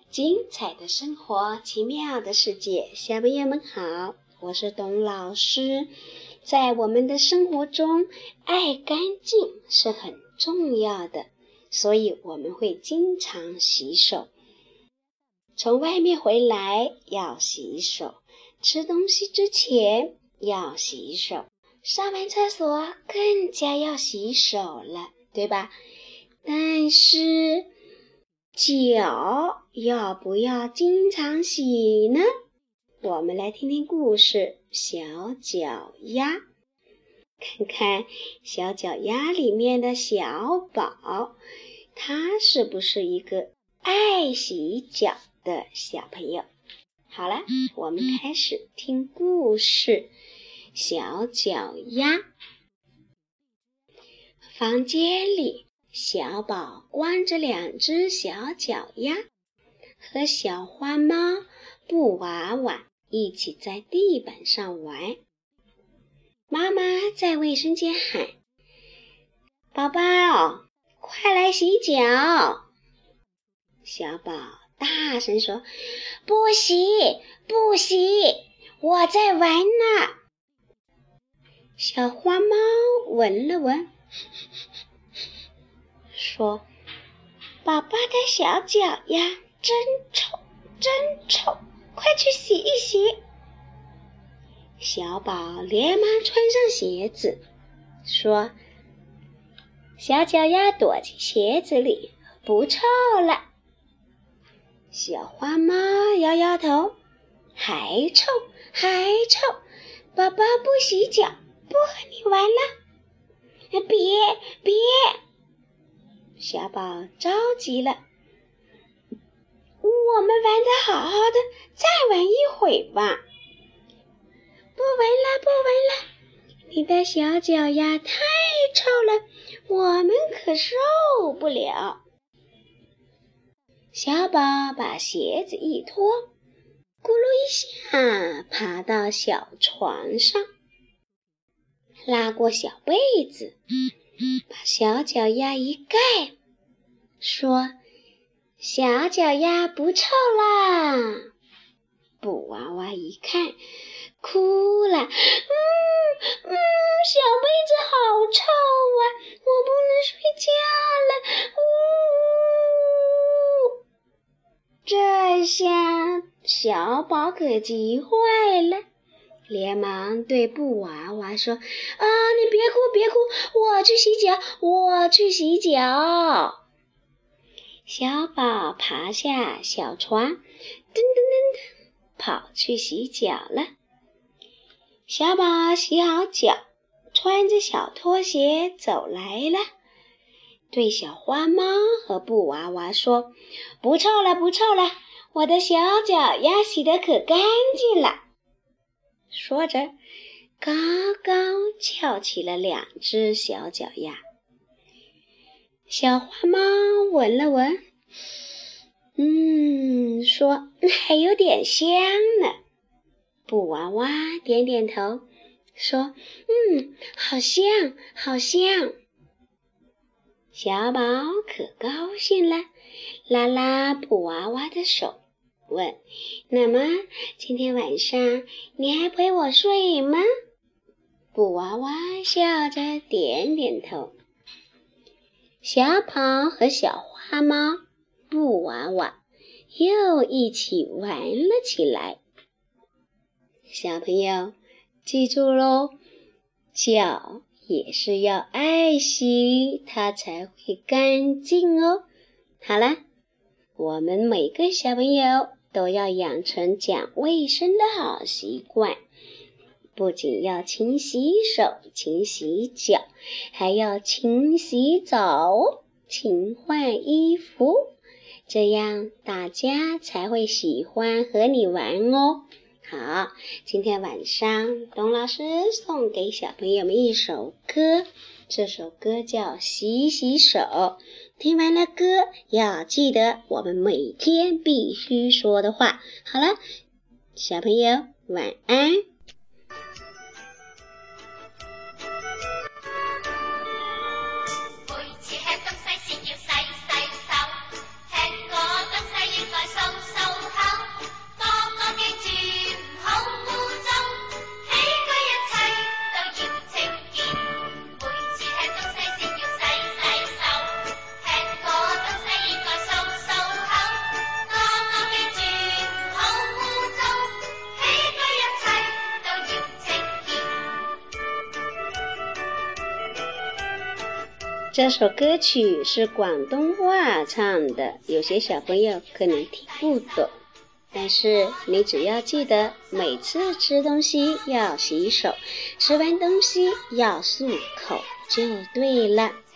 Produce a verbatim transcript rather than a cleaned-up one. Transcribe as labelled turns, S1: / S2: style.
S1: 精彩的生活，奇妙的世界，小朋友们好，我是董老师。在我们的生活中，爱干净是很重要的，所以我们会经常洗手。从外面回来要洗手，吃东西之前要洗手，上完厕所更加要洗手了，对吧？但是脚要不要经常洗呢？我们来听听故事小脚丫，看看小脚丫里面的小宝，他是不是一个爱洗脚的小朋友？好了，我们开始听故事小脚丫。房间里，小宝光着两只小脚丫，和小花猫、布娃娃一起在地板上玩。妈妈在卫生间喊：“宝宝，快来洗脚！”小宝大声说：“不洗，不洗，我在玩呢。”小花猫闻了闻，说：“宝宝的小脚丫真臭，真臭，快去洗一洗。”小宝连忙穿上鞋子，说：“小脚丫躲进鞋子里，不臭了。”小花猫摇摇头：“还臭，还臭，宝宝不洗脚，不和你玩了。”“别，别！”小宝着急了，“我们玩得好好的，再玩一会吧。”“不玩了，不玩了，你的小脚丫太臭了，我们可受不了。”小宝把鞋子一脱，咕噜一下爬到小床上，拉过小被子，把小脚丫一盖，说：“小脚丫不臭啦。”布娃娃一看，哭了：“嗯嗯，小被子好臭啊，我不能睡觉了。”呜！这下小宝可急坏了，连忙对布娃娃说：“啊，你别哭别哭，我去洗脚，我去洗脚。”小宝爬下小床，噔噔噔噔，跑去洗脚了。小宝洗好脚，穿着小拖鞋走来了，对小花猫和布娃娃说：“不臭了，不臭了，我的小脚丫洗得可干净了。”说着，高高翘起了两只小脚丫。小花猫闻了闻，嗯，说：“还有点香呢。”布娃娃点点头，说：“嗯，好香，好香。”小宝可高兴了，拉拉布娃娃的手，问：“那么今天晚上你还陪我睡吗？”布娃娃笑着点点头。小宝和小花猫、布娃娃又一起玩了起来。小朋友，记住咯，脚也是要爱惜，它才会干净哦。好了，我们每个小朋友都要养成讲卫生的好习惯，不仅要勤洗手、勤洗脚，还要勤洗澡、勤换衣服，这样大家才会喜欢和你玩哦。好，今天晚上董老师送给小朋友们一首歌，这首歌叫《洗洗手》。听完了歌，要记得我们每天必须说的话。好了，小朋友晚安。
S2: 每次吃東西先要洗洗手，吃過東西應該掃
S1: 这首歌曲是广东话唱的，有些小朋友可能听不懂，但是你只要记得每次吃东西要洗手，吃完东西要漱口就对了。